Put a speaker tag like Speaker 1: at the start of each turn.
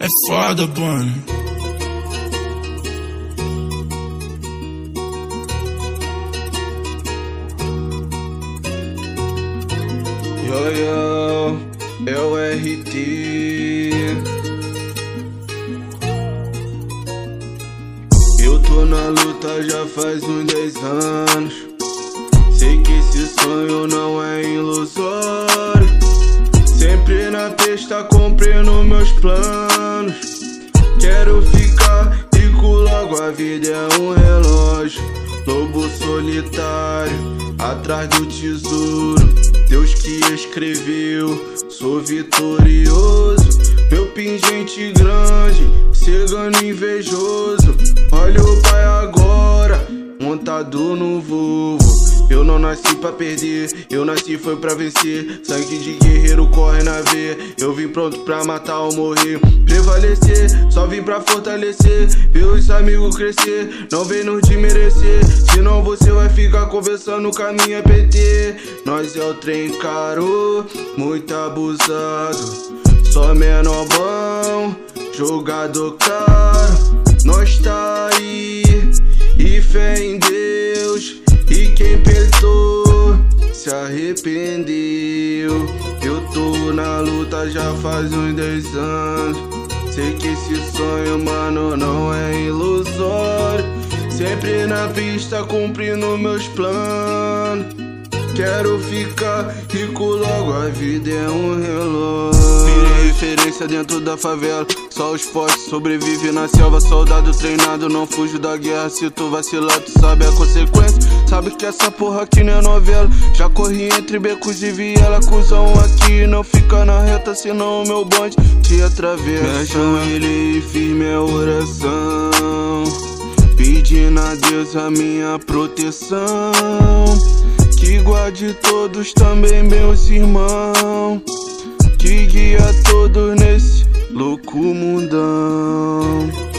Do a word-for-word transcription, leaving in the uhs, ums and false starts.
Speaker 1: é foda, mano.
Speaker 2: Yo, yo, é o R T. Eu tô na luta já faz uns dez anos. Sei que esse sonho não é ilusório. Sempre na pista cumprindo meus planos. Quero ficar rico logo, a vida é um relógio. Lobo solitário, atrás do tesouro. Deus que escreveu, sou vitorioso. Meu pingente grande, cegano invejoso. Olha o pai agora, montado no Volvo. Eu não nasci pra perder, eu nasci foi pra vencer. Sangue de guerreiro corre na veia. Eu vim pronto pra matar ou morrer. Prevalecer, só vim pra fortalecer. Ver os amigos crescer, não vem nos desmerecer. Senão você vai ficar conversando com a minha P T. Nós é o trem caro, muito abusado. Só menor bom, jogador caro. Nós tá aí, e fé em Deus. E quem pensou se arrependeu. Eu tô na luta já faz uns dez anos. Sei que esse sonho, mano, não é ilusório. Sempre na pista cumprindo meus planos. Quero ficar rico logo, a vida é um relógio. Virei referência dentro da favela. Só os fortes sobrevivem na selva. Soldado treinado, não fujo da guerra. Se tu vacilar, tu sabe a consequência. Sabe que essa porra aqui não é novela. Já corri entre becos e viela. Cusão aqui, não fica na reta, senão o meu bonde te atravessa. Me ajoelhei e fiz minha oração, pedindo a Deus a minha proteção. Que guarde todos, também meus irmãos. Que guia todos nesse louco mundão.